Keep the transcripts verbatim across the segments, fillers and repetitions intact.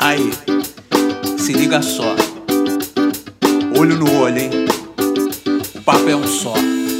Aí, se liga só. Olho no olho, hein? O papo é um só.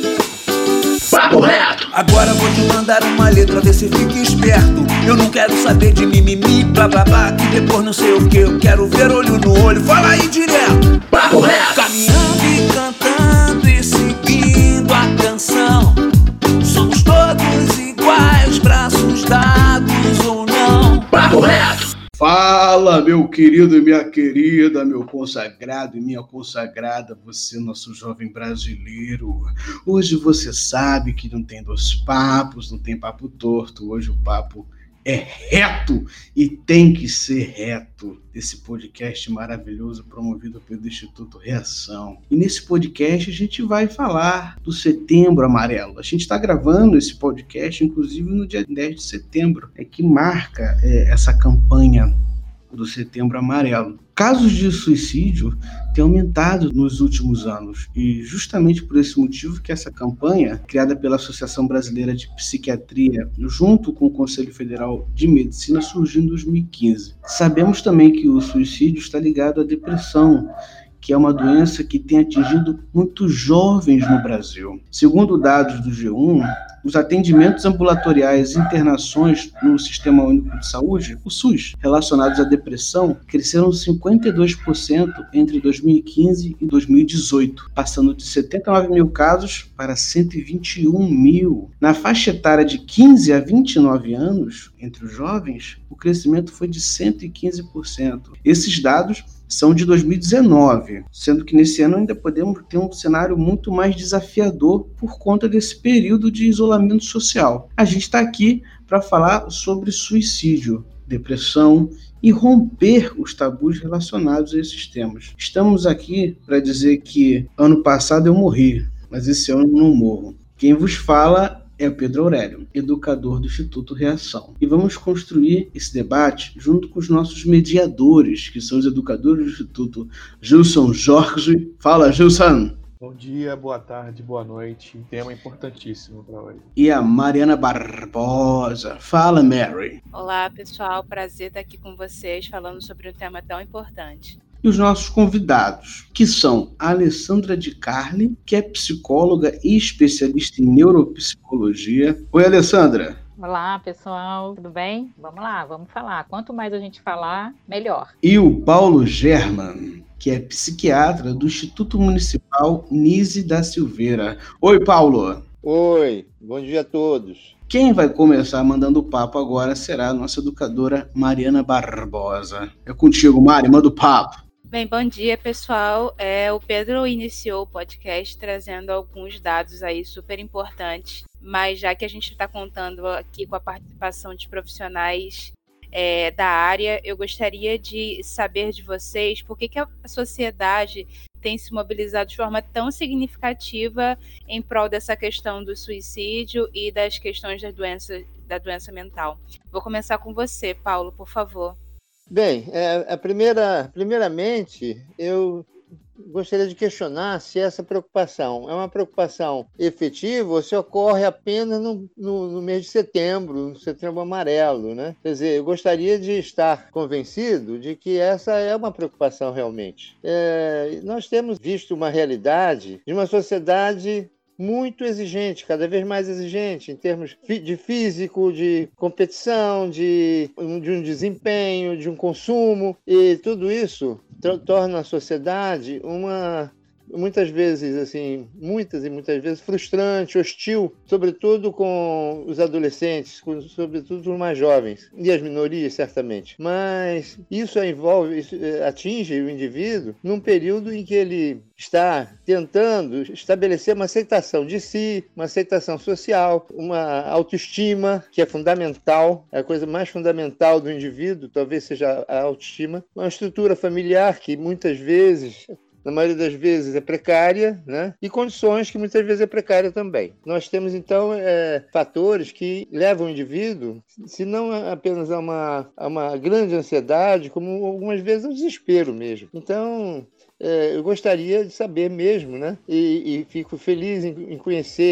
Papo reto! Agora vou te mandar uma letra, vê se fica esperto. Eu não quero saber de mimimi, blá blá blá, que depois não sei o que. Eu quero ver olho no olho, fala aí direto. Papo reto! Caminhando e cantando e seguindo a canção. Somos todos iguais, braços dados ou não. Papo reto! Fala, meu querido e minha querida, meu consagrado e minha consagrada, você, nosso jovem brasileiro. Hoje você sabe que não tem dois papos, não tem papo torto. Hoje o papo é reto e tem que ser reto. Esse podcast maravilhoso promovido pelo Instituto Reação. E nesse podcast a gente vai falar do Setembro Amarelo. A gente está gravando esse podcast, inclusive, no dia dez de setembro, é que marca é, essa campanha do Setembro Amarelo. Casos de suicídio têm aumentado nos últimos anos e justamente por esse motivo que essa campanha, criada pela Associação Brasileira de Psiquiatria, junto com o Conselho Federal de Medicina, surgiu em dois mil e quinze. Sabemos também que o suicídio está ligado à depressão, que é uma doença que tem atingido muitos jovens no Brasil. Segundo dados do G um, os atendimentos ambulatoriais e internações no Sistema Único de Saúde, o SUS, relacionados à depressão, cresceram cinquenta e dois por cento entre dois mil e quinze e dois mil e dezoito, passando de setenta e nove mil casos para cento e vinte e um mil. Na faixa etária de quinze a vinte e nove anos, entre os jovens, o crescimento foi de cento e quinze por cento. Esses dados são de dois mil e dezenove, sendo que nesse ano ainda podemos ter um cenário muito mais desafiador por conta desse período de isolamento social. A gente está aqui para falar sobre suicídio, depressão e romper os tabus relacionados a esses temas. Estamos aqui para dizer que ano passado eu morri, mas esse ano eu não morro. Quem vos fala é o Pedro Aurélio, educador do Instituto Reação. E vamos construir esse debate junto com os nossos mediadores, que são os educadores do Instituto, Gilson Jorge. Fala, Gilson! Bom dia, boa tarde, boa noite. Tema importantíssimo para hoje. E a Mariana Barbosa. Fala, Mary! Olá, pessoal. Prazer estar aqui com vocês falando sobre um tema tão importante. E os nossos convidados, que são a Alessandra de Carli, que é psicóloga e especialista em neuropsicologia. Oi, Alessandra. Olá, pessoal, tudo bem? Vamos lá, vamos falar. Quanto mais a gente falar, melhor. E o Paulo German, que é psiquiatra do Instituto Municipal Nise da Silveira. Oi, Paulo. Oi, bom dia a todos. Quem vai começar mandando o papo agora será a nossa educadora Mariana Barbosa. É contigo, Mari, manda o papo. Bem, bom dia, pessoal. É, o Pedro iniciou o podcast trazendo alguns dados aí super importantes, mas já que a gente está contando aqui com a participação de profissionais é, da área, eu gostaria de saber de vocês por que, que a sociedade tem se mobilizado de forma tão significativa em prol dessa questão do suicídio e das questões da doença, da doença mental. Vou começar com você, Paulo, por favor. Bem, é, a primeira, primeiramente, eu gostaria de questionar se essa preocupação é uma preocupação efetiva ou se ocorre apenas no, no, no mês de setembro, no Setembro Amarelo, né? Quer dizer, eu gostaria de estar convencido de que essa é uma preocupação realmente. É, nós temos visto uma realidade de uma sociedade muito exigente, cada vez mais exigente, em termos de físico, de competição, de, de um desempenho, de um consumo, e tudo isso torna a sociedade uma, muitas vezes, assim, muitas e muitas vezes frustrante, hostil, sobretudo com os adolescentes, com, sobretudo os mais jovens, e as minorias, certamente. Mas isso envolve, isso atinge o indivíduo num período em que ele está tentando estabelecer uma aceitação de si, uma aceitação social, uma autoestima, que é fundamental, é a coisa mais fundamental do indivíduo, talvez seja a autoestima, uma estrutura familiar que muitas vezes, na maioria das vezes, é precária, né? E condições que muitas vezes é precária também. Nós temos, então, é, fatores que levam o indivíduo, se não apenas a uma, a uma grande ansiedade, como algumas vezes ao desespero mesmo. Então, é, eu gostaria de saber mesmo, né? E, e fico feliz em, em conhecer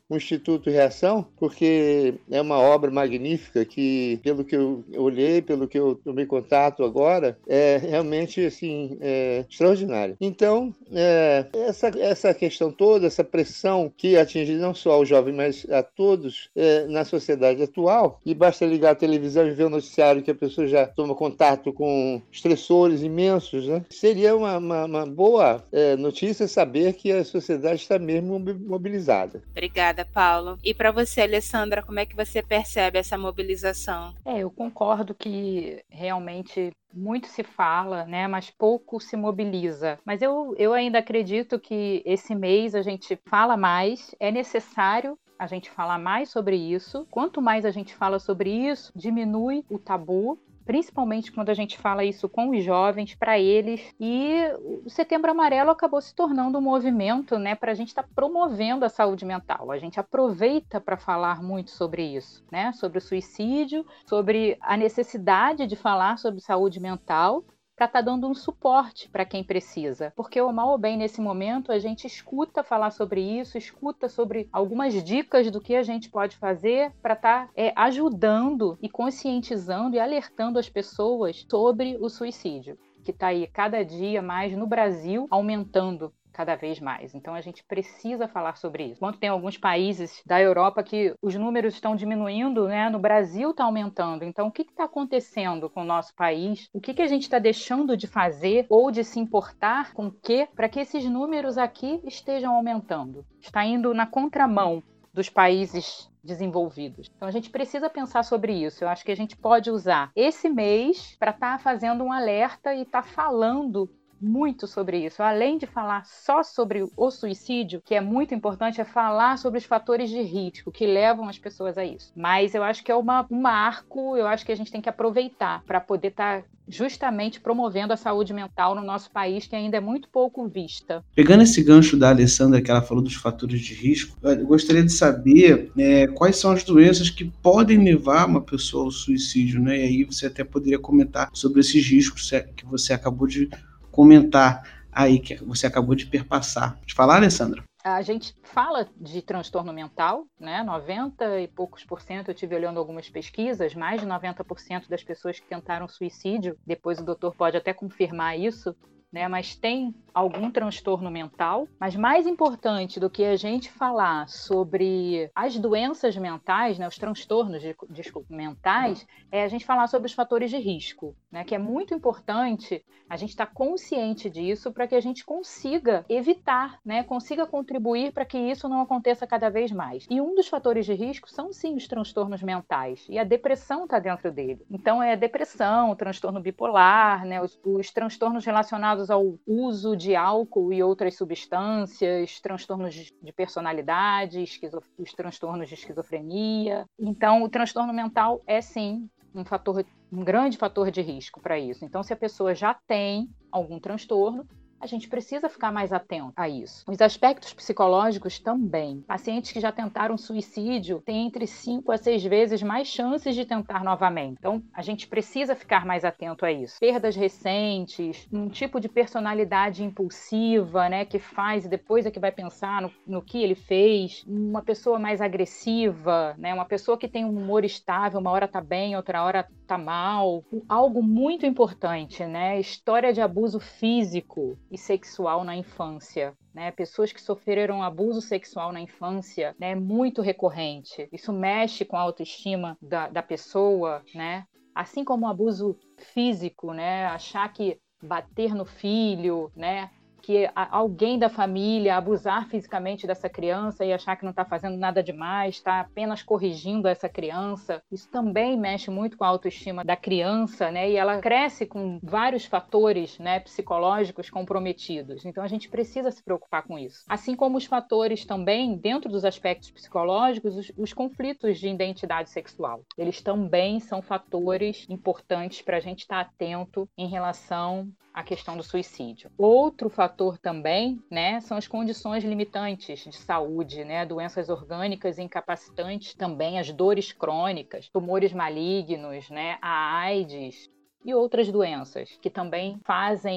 o Instituto Reação, porque é uma obra magnífica que, pelo que eu olhei, pelo que eu tomei contato agora, é realmente assim, é extraordinário. Então, é, essa, essa questão toda, essa pressão que atinge não só o jovem, mas a todos é, na sociedade atual, e basta ligar a televisão e ver o noticiário que a pessoa já toma contato com estressores imensos, né? Seria uma, uma, uma boa é, notícia saber que a sociedade está mesmo mobilizada. Obrigada, Paulo. E para você, Alessandra, como é que você percebe essa mobilização? É, eu concordo que realmente muito se fala, né, mas pouco se mobiliza. Mas eu, eu ainda acredito que esse mês a gente fala mais, é necessário a gente falar mais sobre isso. Quanto mais a gente fala sobre isso, diminui o tabu, principalmente quando a gente fala isso com os jovens, para eles. E o Setembro Amarelo acabou se tornando um movimento, né, para a gente estar tá promovendo a saúde mental. A gente aproveita para falar muito sobre isso, né, sobre o suicídio, sobre a necessidade de falar sobre saúde mental, para estar tá dando um suporte para quem precisa. Porque, ou mal ou bem, nesse momento, a gente escuta falar sobre isso, escuta sobre algumas dicas do que a gente pode fazer para estar tá, é, ajudando e conscientizando e alertando as pessoas sobre o suicídio, que está aí cada dia mais no Brasil, aumentando cada vez mais. Então a gente precisa falar sobre isso. Enquanto tem alguns países da Europa que os números estão diminuindo, né? No Brasil está aumentando. Então o que está acontecendo com o nosso país? O que, que a gente está deixando de fazer ou de se importar com o quê? Para que esses números aqui estejam aumentando. Está indo na contramão dos países desenvolvidos. Então a gente precisa pensar sobre isso. Eu acho que a gente pode usar esse mês para estar tá fazendo um alerta e estar tá falando muito sobre isso. Além de falar só sobre o suicídio, que é muito importante, é falar sobre os fatores de risco que levam as pessoas a isso. Mas eu acho que é uma, um marco, eu acho que a gente tem que aproveitar para poder estar tá justamente promovendo a saúde mental no nosso país, que ainda é muito pouco vista. Pegando esse gancho da Alessandra, que ela falou dos fatores de risco, eu gostaria de saber é, quais são as doenças que podem levar uma pessoa ao suicídio, né? E aí você até poderia comentar sobre esses riscos que você acabou de comentar aí, que você acabou de perpassar. Pode falar, Alessandra? A gente fala de transtorno mental, né? noventa e poucos por cento, eu tive olhando algumas pesquisas, mais de noventa por cento das pessoas que tentaram suicídio, depois o doutor pode até confirmar isso, né? Mas tem algum transtorno mental. Mas mais importante do que a gente falar sobre as doenças mentais, né, os transtornos de, desculpa, mentais, é a gente falar sobre os fatores de risco, né, que é muito importante a gente estar consciente disso para que a gente consiga evitar, né, consiga contribuir para que isso não aconteça cada vez mais. E um dos fatores de risco são, sim, os transtornos mentais. E a depressão está dentro dele. Então, é a depressão, o transtorno bipolar, né, os, os transtornos relacionados ao uso de álcool e outras substâncias, transtornos de personalidade, esquizo... os transtornos de esquizofrenia. Então, o transtorno mental é, sim, um fator, um grande fator de risco para isso. Então, se a pessoa já tem algum transtorno, a gente precisa ficar mais atento a isso. Os aspectos psicológicos também. Pacientes que já tentaram suicídio têm entre cinco a seis vezes mais chances de tentar novamente. Então, a gente precisa ficar mais atento a isso. Perdas recentes, um tipo de personalidade impulsiva, né, que faz e depois é que vai pensar no, no que ele fez. Uma pessoa mais agressiva, né, uma pessoa que tem um humor estável, uma hora tá bem, outra hora tá mal. Algo muito importante, né, história de abuso físico e sexual na infância, né? Pessoas que sofreram abuso sexual na infância, né? É muito recorrente. Isso mexe com a autoestima da, da pessoa, né? Assim como o abuso físico, né? Achar que bater no filho, né? Que alguém da família abusar fisicamente dessa criança e achar que não está fazendo nada demais, está apenas corrigindo essa criança. Isso também mexe muito com a autoestima da criança, né? E ela cresce com vários fatores, né, psicológicos comprometidos. Então a gente precisa se preocupar com isso. Assim como os fatores também, dentro dos aspectos psicológicos, os, os conflitos de identidade sexual. Eles também são fatores importantes para a gente estar atento em relação à questão do suicídio. Outro fator também, né, são as condições limitantes de saúde, né, doenças orgânicas incapacitantes, também as dores crônicas, tumores malignos, né, a AIDS e outras doenças que também fazem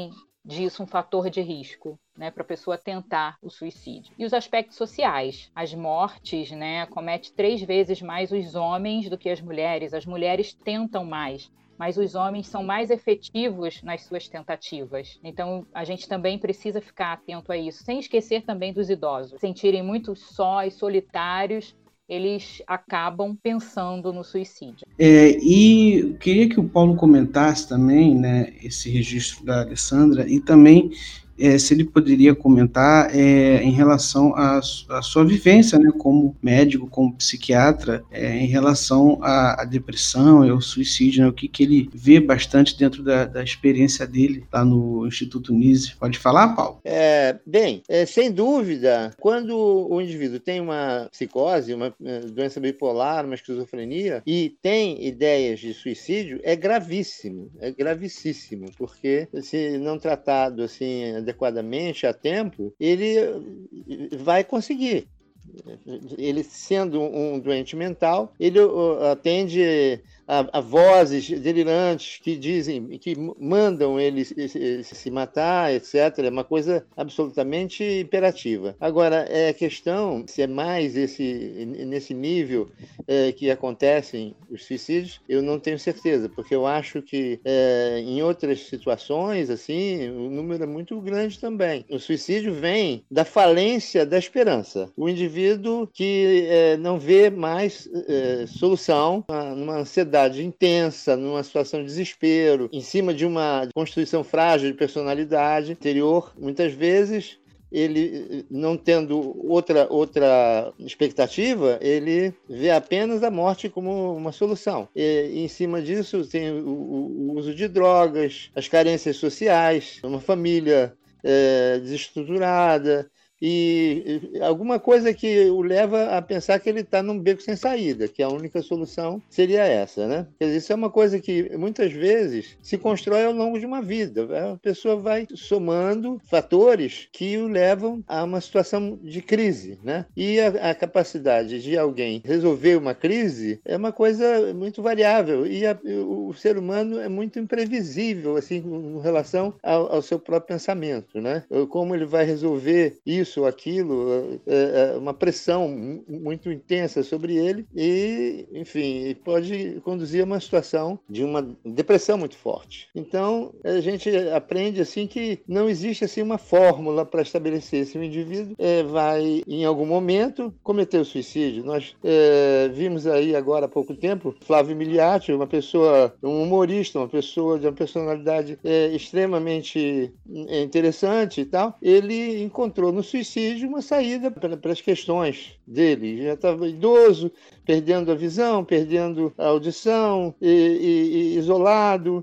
disso um fator de risco, né, para a pessoa tentar o suicídio. E os aspectos sociais. As mortes, né, comete três vezes mais os homens do que as mulheres. As mulheres tentam mais, mas os homens são mais efetivos nas suas tentativas. Então, a gente também precisa ficar atento a isso, sem esquecer também dos idosos. Sentirem muito sós, solitários, eles acabam pensando no suicídio. É, e eu queria que o Paulo comentasse também, né, esse registro da Alessandra, e também É, se ele poderia comentar é, em relação à, à sua vivência, né, como médico, como psiquiatra, é, em relação à, à depressão e ao suicídio, né, o que, que ele vê bastante dentro da, da experiência dele lá no Instituto Nise. Pode falar, Paulo? É, bem, é, sem dúvida, quando o indivíduo tem uma psicose, uma doença bipolar, uma esquizofrenia, e tem ideias de suicídio, é gravíssimo, é gravissíssimo, porque se não tratado assim adequadamente a tempo, ele vai conseguir. Ele, sendo um doente mental, ele atende a, a vozes delirantes que dizem, que mandam ele se, se matar, etcétera. É uma coisa absolutamente imperativa. Agora, é a questão se é mais esse, nesse nível é, que acontecem os suicídios, eu não tenho certeza, porque eu acho que é, em outras situações, assim, o número é muito grande também. O suicídio vem da falência da esperança. O indivíduo que é, não vê mais é, solução numa ansiedade intensa, numa situação de desespero, em cima de uma constituição frágil de personalidade interior, muitas vezes ele, não tendo outra, outra expectativa, ele vê apenas a morte como uma solução. E, em cima disso tem o, o, o uso de drogas, as carências sociais, uma família é, desestruturada, e alguma coisa que o leva a pensar que ele está num beco sem saída, que a única solução seria essa, né? Quer dizer, isso é uma coisa que muitas vezes se constrói ao longo de uma vida. A pessoa vai somando fatores que o levam a uma situação de crise, né? E a, a capacidade de alguém resolver uma crise é uma coisa muito variável, e a, o ser humano é muito imprevisível, assim, em relação ao, ao seu próprio pensamento, né? Como ele vai resolver isso ou aquilo, é, é uma pressão muito intensa sobre ele e, enfim, pode conduzir a uma situação de uma depressão muito forte. Então, a gente aprende assim que não existe assim uma fórmula para estabelecer se o indivíduo é, vai, em algum momento, cometer o suicídio. Nós é, vimos aí agora há pouco tempo Flávio Miliati, uma pessoa, um humorista, uma pessoa de uma personalidade é, extremamente interessante e tal. Ele encontrou no suicídio uma saída para as questões dele. Já estava idoso, perdendo a visão, perdendo a audição, e, e, e isolado,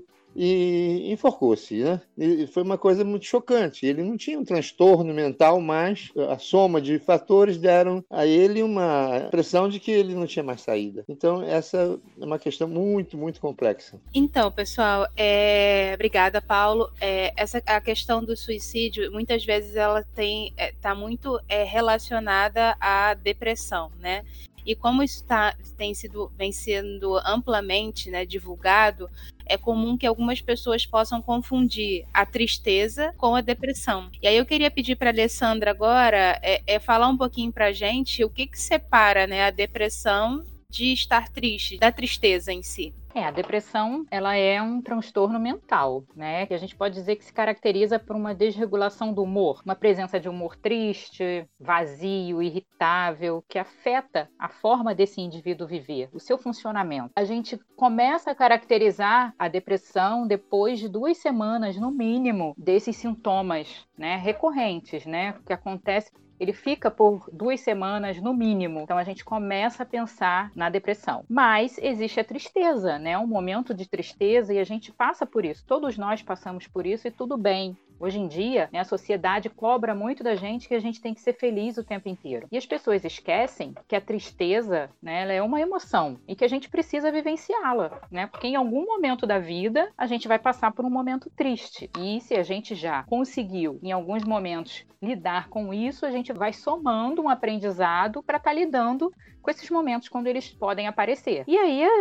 e enforcou-se, né? E foi uma coisa muito chocante. Ele não tinha um transtorno mental, mas a soma de fatores deram a ele uma impressão de que ele não tinha mais saída. Então, essa é uma questão muito, muito complexa. Então, pessoal, é... obrigada, Paulo. É, essa, a questão do suicídio, muitas vezes ela tem, é, tá muito é, relacionada à depressão, né? E como isso tá, tem sido, vem sendo amplamente, né, divulgado, é comum que algumas pessoas possam confundir a tristeza com a depressão. E aí eu queria pedir para a Alessandra agora é, é falar um pouquinho para a gente o que, que separa, né, a depressão de estar triste, da tristeza em si. É, a depressão, ela é um transtorno mental, né? Que a gente pode dizer que se caracteriza por uma desregulação do humor, uma presença de humor triste, vazio, irritável, que afeta a forma desse indivíduo viver, o seu funcionamento. A gente começa a caracterizar a depressão depois de duas semanas, no mínimo, desses sintomas, né, recorrentes, né? Que acontece. Ele fica por duas semanas no mínimo. Então a gente começa a pensar na depressão. Mas existe a tristeza, né? Um momento de tristeza e a gente passa por isso. Todos nós passamos por isso e tudo bem. Hoje em dia, né, a sociedade cobra muito da gente que a gente tem que ser feliz o tempo inteiro. E as pessoas esquecem que a tristeza, né, ela é uma emoção e que a gente precisa vivenciá-la, né? Porque em algum momento da vida a gente vai passar por um momento triste. E se a gente já conseguiu, em alguns momentos, lidar com isso, a gente vai somando um aprendizado para estar lidando com esses momentos quando eles podem aparecer. E aí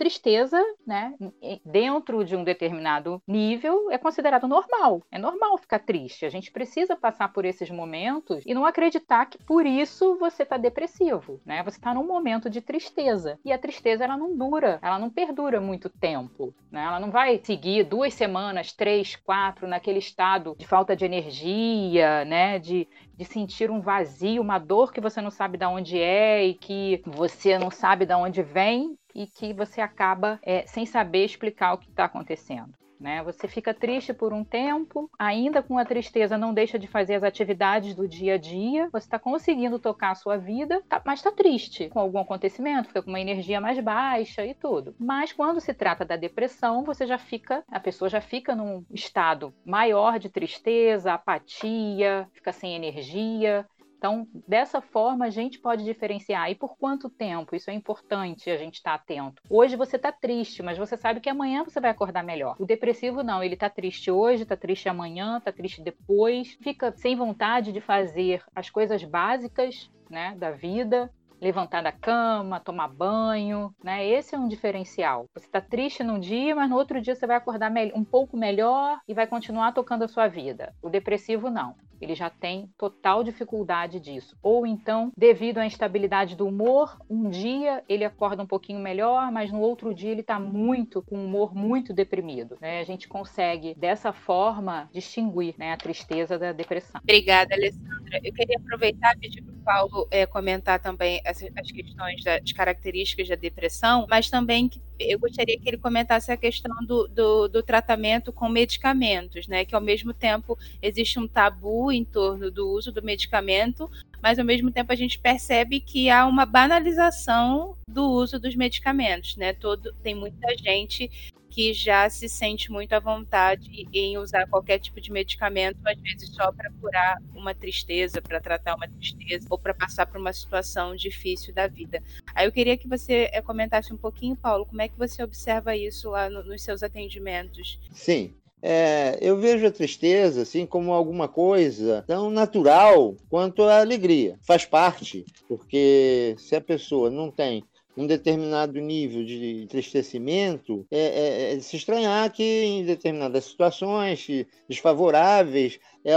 tristeza, né, dentro de um determinado nível, é considerado normal. É normal ficar triste. A gente precisa passar por esses momentos e não acreditar que por isso você está depressivo, né? Você está num momento de tristeza. E a tristeza, ela não dura, ela não perdura muito tempo, né? Ela não vai seguir duas semanas, três, quatro, naquele estado de falta de energia, né? De, de sentir um vazio, uma dor que você não sabe de onde é e que você não sabe de onde vem e que você acaba é, sem saber explicar o que está acontecendo. Né? Você fica triste por um tempo, ainda com a tristeza não deixa de fazer as atividades do dia a dia, você está conseguindo tocar a sua vida, tá, mas está triste com algum acontecimento, fica com uma energia mais baixa e tudo. Mas quando se trata da depressão, você já fica, a pessoa já fica num estado maior de tristeza, apatia, fica sem energia. Então, dessa forma, a gente pode diferenciar. E por quanto tempo? Isso é importante a gente estar atento. Hoje você está triste, mas você sabe que amanhã você vai acordar melhor. O depressivo não, ele está triste hoje, está triste amanhã, está triste depois, fica sem vontade de fazer as coisas básicas, né, da vida. Levantar da cama, tomar banho, né? Esse é um diferencial. Você está triste num dia, mas no outro dia você vai acordar um pouco melhor e vai continuar tocando a sua vida. O depressivo não. Ele já tem total dificuldade disso. Ou então, devido à instabilidade do humor, um dia ele acorda um pouquinho melhor, mas no outro dia ele está muito, com um humor muito deprimido. Né? A gente consegue, dessa forma, distinguir, né, a tristeza da depressão. Obrigada, Alessandra. Eu queria aproveitar e pedir para o Paulo é, comentar também as, as questões das características da depressão, mas também que eu gostaria que ele comentasse a questão do, do, do tratamento com medicamentos, né? Que ao mesmo tempo existe um tabu em torno do uso do medicamento, mas ao mesmo tempo a gente percebe que há uma banalização do uso dos medicamentos, né? Todo, tem muita gente que já se sente muito à vontade em usar qualquer tipo de medicamento, às vezes só para curar uma tristeza, para tratar uma tristeza, ou para passar por uma situação difícil da vida. Aí eu queria que você comentasse um pouquinho, Paulo, como é que você observa isso lá no, nos seus atendimentos? Sim. É, eu vejo a tristeza assim como alguma coisa tão natural quanto a alegria. Faz parte, porque se a pessoa não tem um determinado nível de entristecimento, é, é, é de se estranhar que em determinadas situações desfavoráveis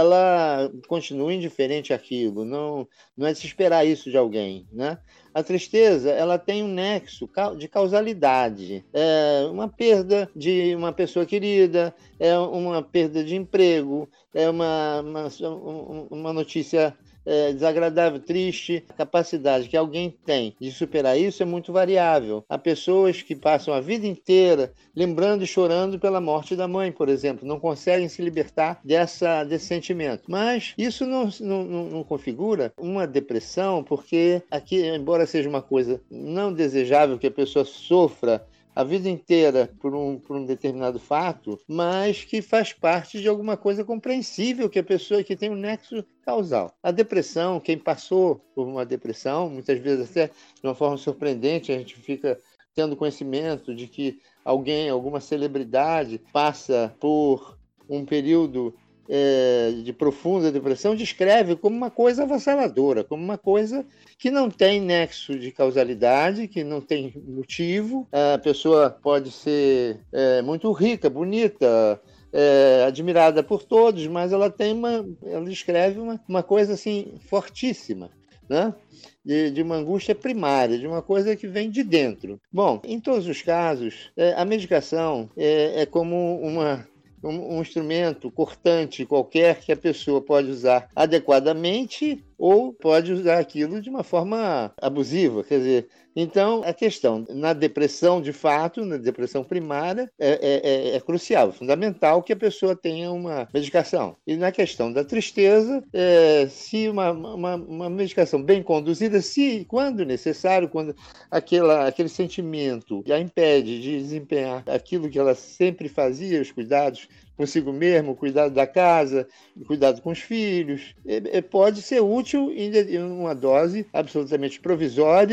ela continue indiferente àquilo. Não, não é de se esperar isso de alguém, né? A tristeza, ela tem um nexo de causalidade. É uma perda de uma pessoa querida, é uma perda de emprego, é uma, uma, uma notícia é, desagradável, triste. A capacidade que alguém tem de superar isso é muito variável. Há pessoas que passam a vida inteira lembrando e chorando pela morte da mãe, por exemplo, não conseguem se libertar dessa, desse sentimento. Mas isso não, não, não configura uma depressão, porque aqui, embora seja uma coisa não desejável que a pessoa sofra a vida inteira por um, por um determinado fato, mas que faz parte de alguma coisa compreensível, que a pessoa que tem um nexo causal. A depressão, quem passou por uma depressão, muitas vezes até de uma forma surpreendente, a gente fica tendo conhecimento de que alguém, alguma celebridade, passa por um período É, de profunda depressão, descreve como uma coisa avassaladora, como uma coisa que não tem nexo de causalidade, que não tem motivo. A pessoa pode ser é, muito rica, bonita, é, admirada por todos, mas ela tem uma, ela descreve uma, uma coisa assim fortíssima, né? De, de uma angústia primária, de uma coisa que vem de dentro. Bom, em todos os casos, é, a medicação é, é como uma um instrumento cortante qualquer que a pessoa pode usar adequadamente ou pode usar aquilo de uma forma abusiva. Quer dizer, então, a questão, na depressão, de fato, na depressão primária, é, é, é crucial, é fundamental que a pessoa tenha uma medicação. E na questão da tristeza, é, se uma, uma, uma medicação bem conduzida, se, quando necessário, quando aquela, aquele sentimento a impede de desempenhar aquilo que ela sempre fazia, os cuidados consigo mesmo, o cuidado da casa, o cuidado com os filhos, é, é, pode ser útil em uma dose absolutamente provisória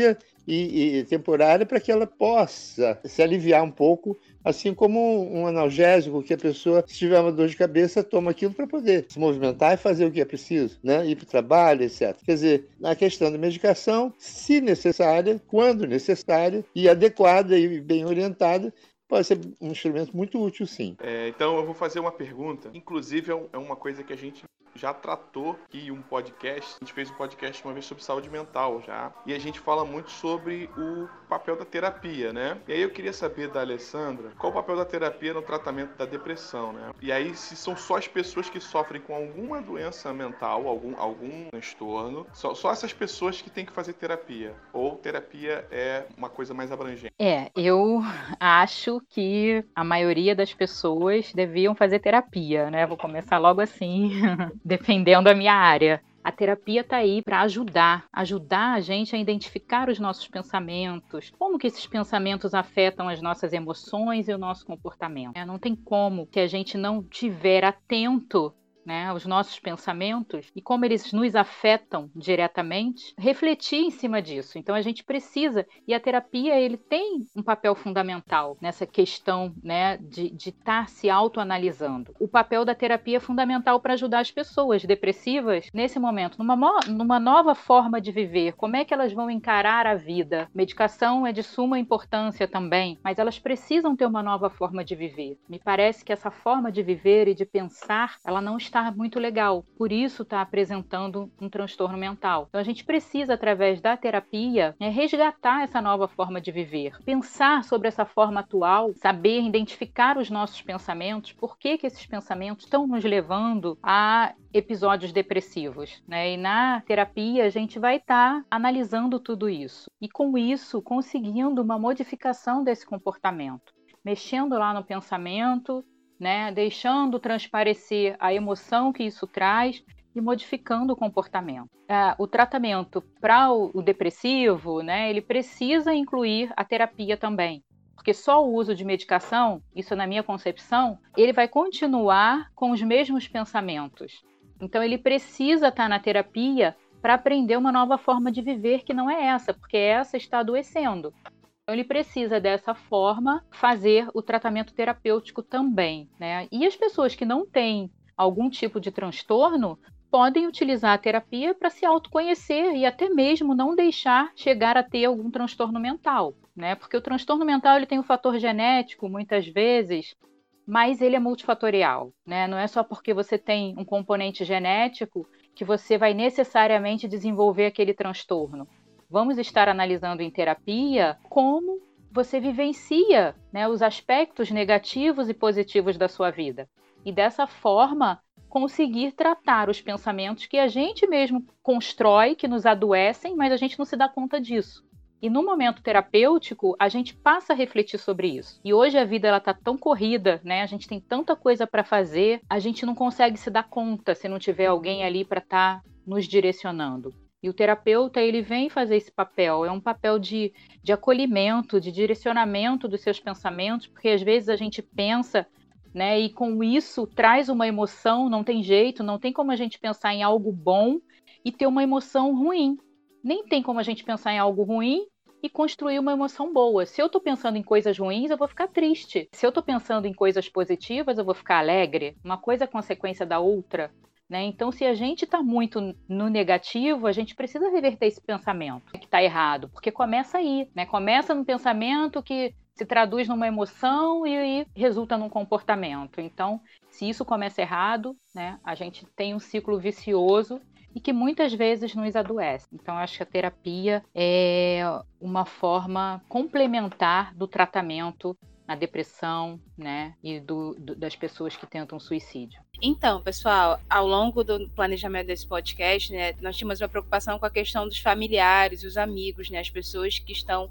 e, e temporária para que ela possa se aliviar um pouco, assim como um analgésico que a pessoa, se tiver uma dor de cabeça, toma aquilo para poder se movimentar e fazer o que é preciso, né? Ir para o trabalho, etcétera. Quer dizer, a questão da medicação, se necessária, quando necessária e adequada e bem orientada, pode ser um instrumento muito útil, sim. É, então eu vou fazer uma pergunta, inclusive é, um, é uma coisa que a gente já tratou aqui um podcast, a gente fez um podcast uma vez sobre saúde mental já, e a gente fala muito sobre o papel da terapia, né? E aí eu queria saber da Alessandra, qual o papel da terapia no tratamento da depressão, né? E aí se são só as pessoas que sofrem com alguma doença mental, algum, algum transtorno, só, só essas pessoas que têm que fazer terapia, ou terapia é uma coisa mais abrangente? É, eu acho que a maioria das pessoas deviam fazer terapia, né? Vou começar logo assim, defendendo a minha área. A terapia está aí para ajudar, ajudar a gente a identificar os nossos pensamentos, como que esses pensamentos afetam as nossas emoções e o nosso comportamento. É, não tem como, se a gente não tiver atento, né, aos nossos pensamentos e como eles nos afetam diretamente, refletir em cima disso. Então a gente precisa, e a terapia ele tem um papel fundamental nessa questão, né, de estar se autoanalisando. O papel da terapia é fundamental para ajudar as pessoas depressivas nesse momento, numa, numa nova forma de viver. Como é que elas vão encarar a vida? Medicação é de suma importância também, mas elas precisam ter uma nova forma de viver. Me parece que essa forma de viver e de pensar, ela não está está muito legal, por isso está apresentando um transtorno mental. Então a gente precisa, através da terapia, né, resgatar essa nova forma de viver, pensar sobre essa forma atual, saber identificar os nossos pensamentos, por que que esses pensamentos estão nos levando a episódios depressivos, né? E na terapia a gente vai estar tá analisando tudo isso e com isso conseguindo uma modificação desse comportamento, mexendo lá no pensamento, né, deixando transparecer a emoção que isso traz e modificando o comportamento. É, o tratamento para o, o depressivo, né, ele precisa incluir a terapia também, porque só o uso de medicação, isso na minha concepção, ele vai continuar com os mesmos pensamentos. Então ele precisa estar na terapia para aprender uma nova forma de viver que não é essa, porque essa está adoecendo. Então, ele precisa, dessa forma, fazer o tratamento terapêutico também, né? E as pessoas que não têm algum tipo de transtorno podem utilizar a terapia para se autoconhecer e até mesmo não deixar chegar a ter algum transtorno mental, né? Porque o transtorno mental ele tem um fator genético, muitas vezes, mas ele é multifatorial, né? Não é só porque você tem um componente genético que você vai necessariamente desenvolver aquele transtorno. Vamos estar analisando em terapia como você vivencia, né, os aspectos negativos e positivos da sua vida. E dessa forma, conseguir tratar os pensamentos que a gente mesmo constrói, que nos adoecem, mas a gente não se dá conta disso. E no momento terapêutico, a gente passa a refletir sobre isso. E hoje a vida está tão corrida, né? A gente tem tanta coisa para fazer, a gente não consegue se dar conta se não tiver alguém ali para estar nos direcionando. E o terapeuta, ele vem fazer esse papel, é um papel de, de acolhimento, de direcionamento dos seus pensamentos, porque às vezes a gente pensa, né, e com isso traz uma emoção, não tem jeito, não tem como a gente pensar em algo bom e ter uma emoção ruim. Nem tem como a gente pensar em algo ruim e construir uma emoção boa. Se eu estou pensando em coisas ruins, eu vou ficar triste. Se eu estou pensando em coisas positivas, eu vou ficar alegre. Uma coisa é consequência da outra. Né? Então, se a gente está muito no negativo, a gente precisa reverter esse pensamento que está errado, porque começa aí, né? Começa num pensamento que se traduz numa emoção e, e resulta num comportamento. Então, se isso começa errado, né, a gente tem um ciclo vicioso e que muitas vezes nos adoece. Então, acho que a terapia é uma forma complementar do tratamento na depressão, né, e do, do, das pessoas que tentam suicídio. Então, pessoal, ao longo do planejamento desse podcast, né, nós tínhamos uma preocupação com a questão dos familiares, os amigos, né, as pessoas que estão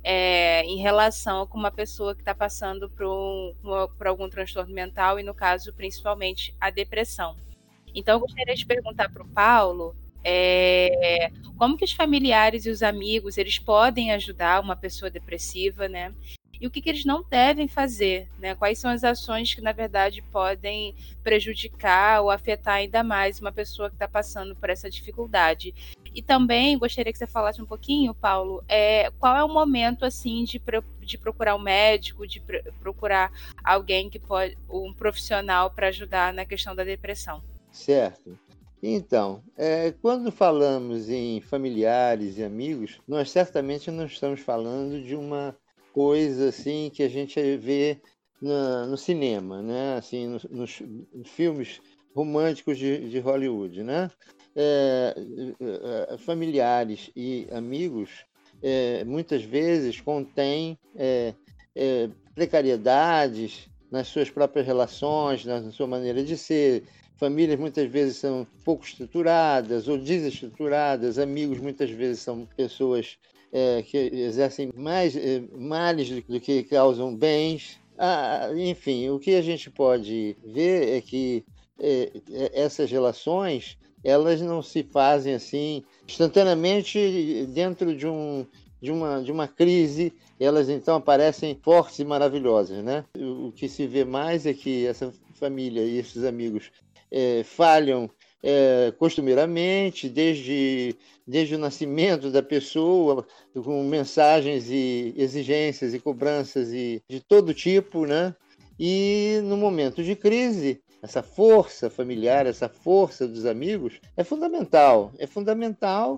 é, em relação com uma pessoa que está passando por, um, por algum transtorno mental e, no caso, principalmente a depressão. Então, eu gostaria de perguntar para o Paulo é, como que os familiares e os amigos eles podem ajudar uma pessoa depressiva, né? e o que, que eles não devem fazer, né? Quais são as ações que, na verdade, podem prejudicar ou afetar ainda mais uma pessoa que está passando por essa dificuldade. E também gostaria que você falasse um pouquinho, Paulo, é, qual é o momento assim de, de procurar um médico, de pr- procurar alguém que pode, um profissional para ajudar na questão da depressão. Certo. Então, é, quando falamos em familiares e amigos, nós certamente não estamos falando de uma coisa assim que a gente vê na, no cinema, né? Assim, nos, nos, nos filmes românticos de, de Hollywood, né? É, é, familiares e amigos é, muitas vezes contêm é, é, precariedades nas suas próprias relações, na sua maneira de ser. Famílias muitas vezes são pouco estruturadas ou desestruturadas, amigos muitas vezes são pessoas é, que exercem mais é, males do, do que causam bens. Ah, enfim, o que a gente pode ver é que é, essas relações elas não se fazem assim instantaneamente dentro de, um, de, uma, de uma crise, elas então aparecem fortes e maravilhosas, né? O que se vê mais é que essa família e esses amigos é, falham é, costumeiramente, desde, desde o nascimento da pessoa, com mensagens e exigências e cobranças e, de todo tipo, né? E no momento de crise, essa força familiar, essa força dos amigos é fundamental, é fundamental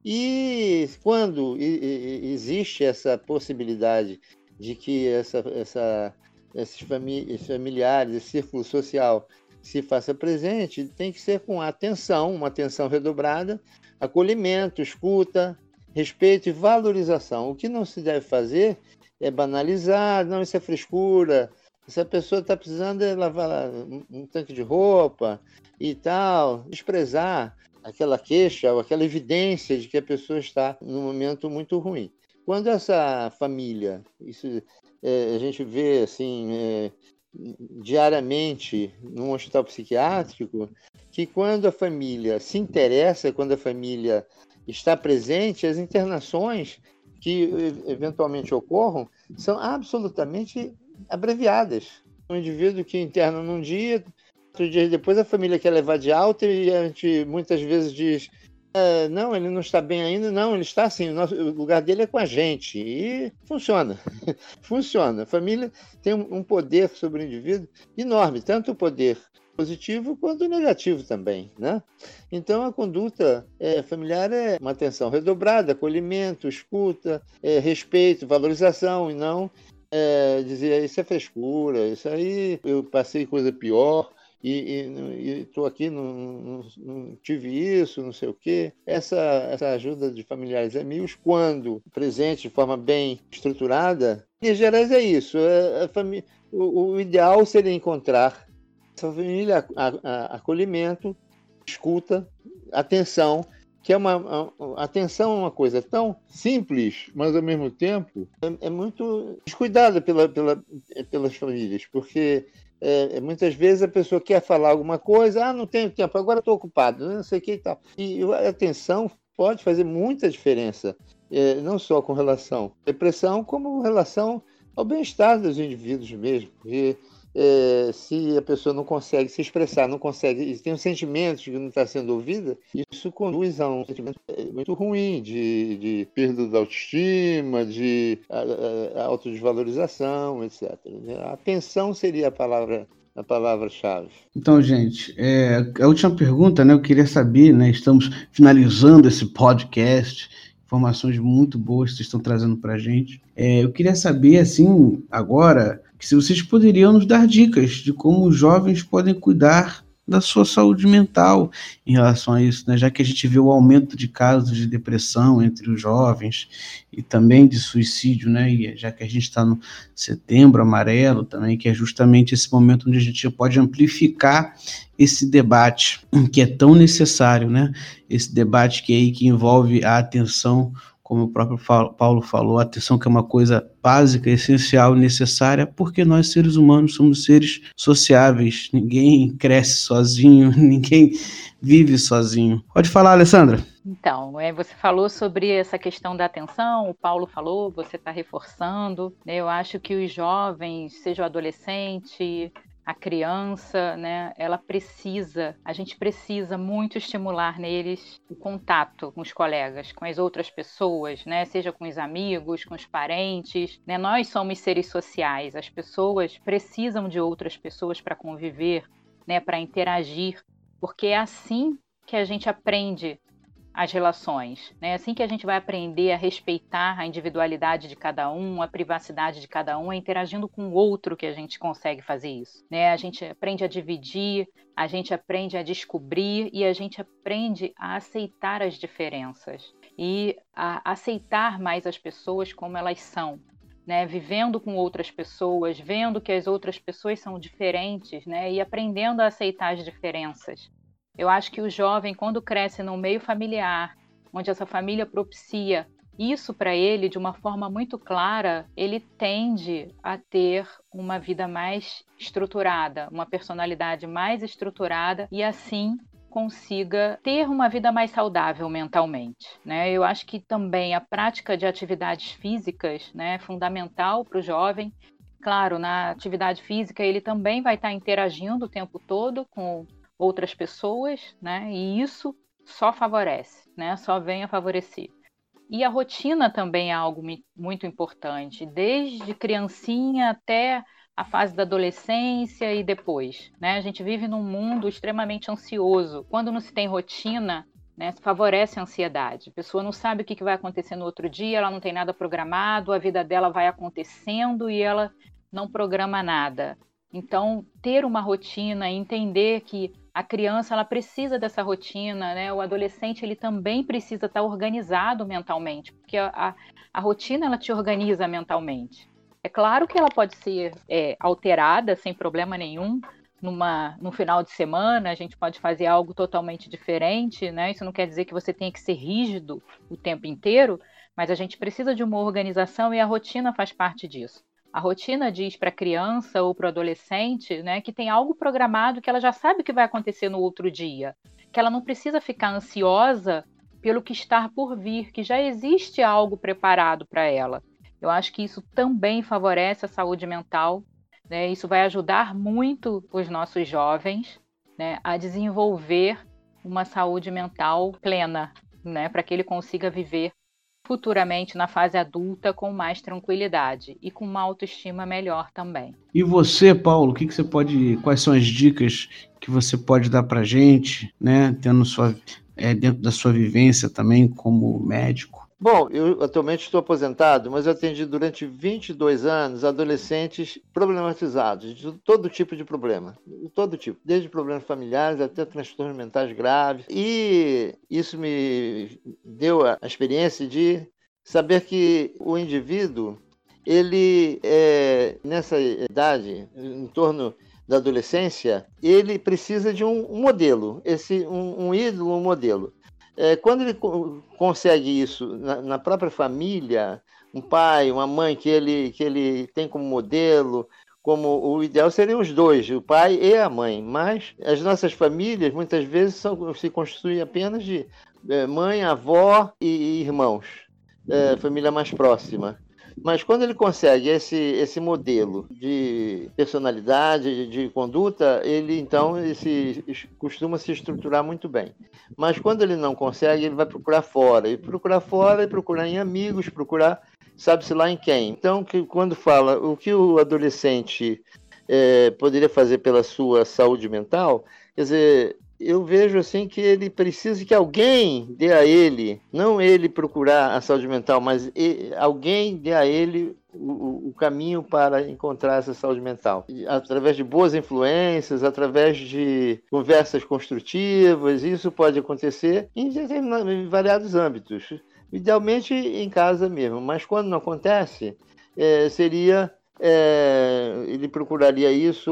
e quando existe essa possibilidade de que essa, essa, esses familiares, esse círculo social se faça presente, tem que ser com atenção, uma atenção redobrada, acolhimento, escuta, respeito e valorização. O que não se deve fazer é banalizar, não, isso é frescura, se a pessoa está precisando de lavar um tanque de roupa e tal, desprezar aquela queixa ou aquela evidência de que a pessoa está num momento muito ruim. Quando essa família, isso é, a gente vê assim é, diariamente num hospital psiquiátrico, que quando a família se interessa, quando a família está presente, as internações que eventualmente ocorram são absolutamente abreviadas. Um indivíduo que interna num dia, outro dia depois a família quer levar de alta e a gente muitas vezes diz ah, não, ele não está bem ainda, não, ele está assim, o, nosso, o lugar dele é com a gente. E funciona, funciona. A família tem um poder sobre o indivíduo enorme, tanto o poder positivo quanto negativo também, né? Então a conduta é, familiar é uma atenção redobrada, acolhimento, escuta, é, respeito, valorização e não É, dizer isso é frescura, isso aí eu passei coisa pior e estou aqui, não, não, não tive isso, não sei o quê. Essa, essa ajuda de familiares e amigos, quando presente de forma bem estruturada, em gerais é isso. A, a família, o, o ideal seria encontrar essa família, a, a, acolhimento, escuta, atenção, que é uma a, atenção é uma coisa tão simples, mas ao mesmo tempo é, é muito descuidada pela, pela, pelas famílias, porque é, muitas vezes a pessoa quer falar alguma coisa, ah, não tenho tempo, agora estou ocupado, não sei o que e tal. E a atenção pode fazer muita diferença, é, não só com relação à depressão, como com relação ao bem-estar dos indivíduos mesmo, porque É, se a pessoa não consegue se expressar, não consegue, tem um sentimento de que não está sendo ouvida, isso conduz a um sentimento muito ruim de, de perda da autoestima, de a, a, a autodesvalorização, etcétera. A atenção seria a palavra, a palavra-chave. Então, gente, é, a última pergunta, né? Eu queria saber, né? Estamos finalizando esse podcast, informações muito boas que vocês estão trazendo para a gente. É, eu queria saber, assim, agora, que se vocês poderiam nos dar dicas de como os jovens podem cuidar da sua saúde mental em relação a isso, né? Já que a gente vê o aumento de casos de depressão entre os jovens e também de suicídio, né? E já que a gente está no setembro amarelo também, que é justamente esse momento onde a gente pode amplificar esse debate que é tão necessário, né? Esse debate que, aí, que envolve a atenção como o próprio Paulo falou, a atenção que é uma coisa básica, essencial, necessária, porque nós seres humanos somos seres sociáveis, ninguém cresce sozinho, ninguém vive sozinho. Pode falar, Alessandra. Então, é, você falou sobre essa questão da atenção, o Paulo falou, você está reforçando, né? Eu acho que os jovens, seja o adolescente, a criança, né, ela precisa, a gente precisa muito estimular neles o contato com os colegas, com as outras pessoas, né, seja com os amigos, com os parentes, né, nós somos seres sociais, as pessoas precisam de outras pessoas para conviver, né, para interagir, porque é assim que a gente aprende as relações, né? Assim que a gente vai aprender a respeitar a individualidade de cada um, a privacidade de cada um, é interagindo com o outro que a gente consegue fazer isso, né? A gente aprende a dividir, a gente aprende a descobrir e a gente aprende a aceitar as diferenças e a aceitar mais as pessoas como elas são, né? Vivendo com outras pessoas, vendo que as outras pessoas são diferentes, né? E aprendendo a aceitar as diferenças. Eu acho que o jovem, quando cresce num meio familiar, onde essa família propicia isso para ele de uma forma muito clara, ele tende a ter uma vida mais estruturada, uma personalidade mais estruturada e assim consiga ter uma vida mais saudável mentalmente, né? Eu acho que também a prática de atividades físicas, né, é fundamental para o jovem. Claro, na atividade física ele também vai estar interagindo o tempo todo com outras pessoas, né? E isso só favorece, né? Só vem a favorecer. E a rotina também é algo muito importante, desde criancinha até a fase da adolescência e depois, né? A gente vive num mundo extremamente ansioso. Quando não se tem rotina, né, favorece a ansiedade. A pessoa não sabe o que vai acontecer no outro dia, ela não tem nada programado, a vida dela vai acontecendo e ela não programa nada. Então, ter uma rotina, entender que a criança ela precisa dessa rotina, né? O adolescente ele também precisa estar organizado mentalmente, porque a, a, a rotina ela te organiza mentalmente. É claro que ela pode ser é, alterada sem problema nenhum. Numa, no final de semana, a gente pode fazer algo totalmente diferente, né? Isso não quer dizer que você tenha que ser rígido o tempo inteiro, mas a gente precisa de uma organização e a rotina faz parte disso. A rotina diz para a criança ou para o adolescente, né, que tem algo programado que ela já sabe o que vai acontecer no outro dia, que ela não precisa ficar ansiosa pelo que está por vir, que já existe algo preparado para ela. Eu acho que isso também favorece a saúde mental, né? Isso vai ajudar muito os nossos jovens, né, a desenvolver uma saúde mental plena, né, para que ele consiga viver futuramente na fase adulta com mais tranquilidade e com uma autoestima melhor também. E você, Paulo, o que, que você pode, quais são as dicas que você pode dar para a gente, né, tendo sua, é, dentro da sua vivência também como médico? Bom, eu atualmente estou aposentado, mas eu atendi durante vinte e dois anos adolescentes problematizados, de todo tipo de problema, todo tipo, desde problemas familiares até transtornos mentais graves. E isso me deu a experiência de saber que o indivíduo, ele, é, nessa idade, em torno da adolescência, ele precisa de um, um modelo, esse, um, um ídolo, um modelo. É, quando ele co- consegue isso na, na própria família, um pai, uma mãe que ele, que ele tem como modelo, como o ideal seriam os dois, o pai e a mãe, mas as nossas famílias muitas vezes são, se constituem apenas de é, mãe, avó e, e irmãos, é, família mais próxima. Mas quando ele consegue esse, esse modelo de personalidade, de, de conduta, ele então ele se, costuma se estruturar muito bem. Mas quando ele não consegue, ele vai procurar fora. E procurar fora, e procurar em amigos, procurar sabe-se lá em quem. Então, que, quando fala o que o adolescente é, poderia fazer pela sua saúde mental, quer dizer, eu vejo assim que ele precisa que alguém dê a ele, não ele procurar a saúde mental, mas ele, alguém dê a ele o, o caminho para encontrar essa saúde mental. Através de boas influências, através de conversas construtivas, isso pode acontecer em, em variados âmbitos. Idealmente em casa mesmo, mas quando não acontece, é, seria, é, ele procuraria isso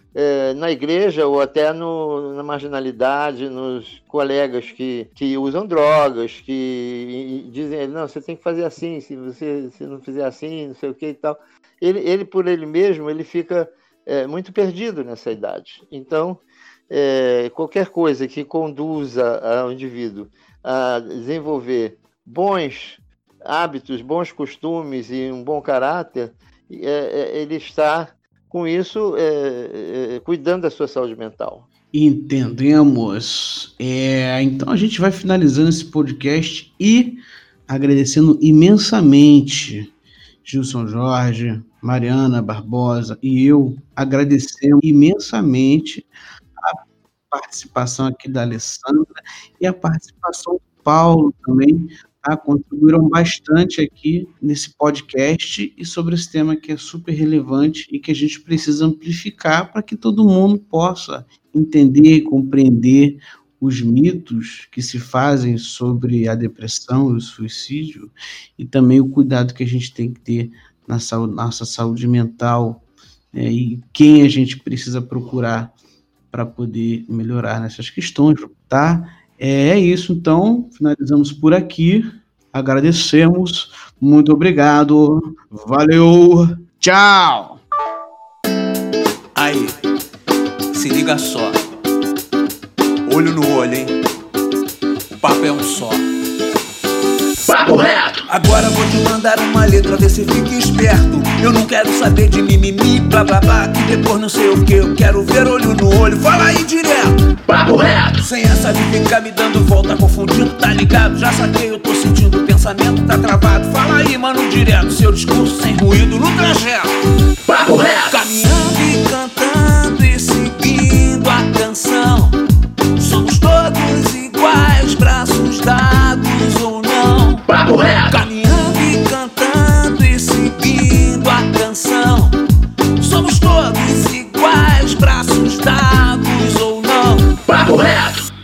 é, na igreja ou até no, na marginalidade, nos colegas que, que usam drogas, que dizem, não, você tem que fazer assim, se você se não fizer assim, não sei o que e tal. Ele, ele por ele mesmo, ele fica é, muito perdido nessa idade. Então, é, qualquer coisa que conduza ao indivíduo a desenvolver bons hábitos, bons costumes e um bom caráter, é, ele está, com isso, é, é, cuidando da sua saúde mental. Entendemos. É, então a gente vai finalizando esse podcast e agradecendo imensamente Gilson Jorge, Mariana Barbosa e eu agradecemos imensamente a participação aqui da Alessandra e a participação do Paulo também, tá? Contribuíram bastante aqui nesse podcast e sobre esse tema que é super relevante e que a gente precisa amplificar para que todo mundo possa entender e compreender os mitos que se fazem sobre a depressão e o suicídio e também o cuidado que a gente tem que ter na saúde, nossa saúde mental, é, e quem a gente precisa procurar para poder melhorar nessas questões, tá? É, é isso, então, finalizamos por aqui, agradecemos, muito obrigado, valeu, tchau! Aí, se liga só, olho no olho, hein? O papo é um só. Papo reto! Agora vou te mandar uma letra, vê se fica esperto. Eu não quero saber de mimimi, blá blá blá, que depois não sei o que. Eu quero ver olho no olho, fala aí direto. Papo reto! Sem essa de ficar me dando volta, confundindo, tá ligado? Já saquei, eu tô sentindo, o pensamento tá travado. Fala aí, mano, direto, seu discurso sem ruído no trajeto.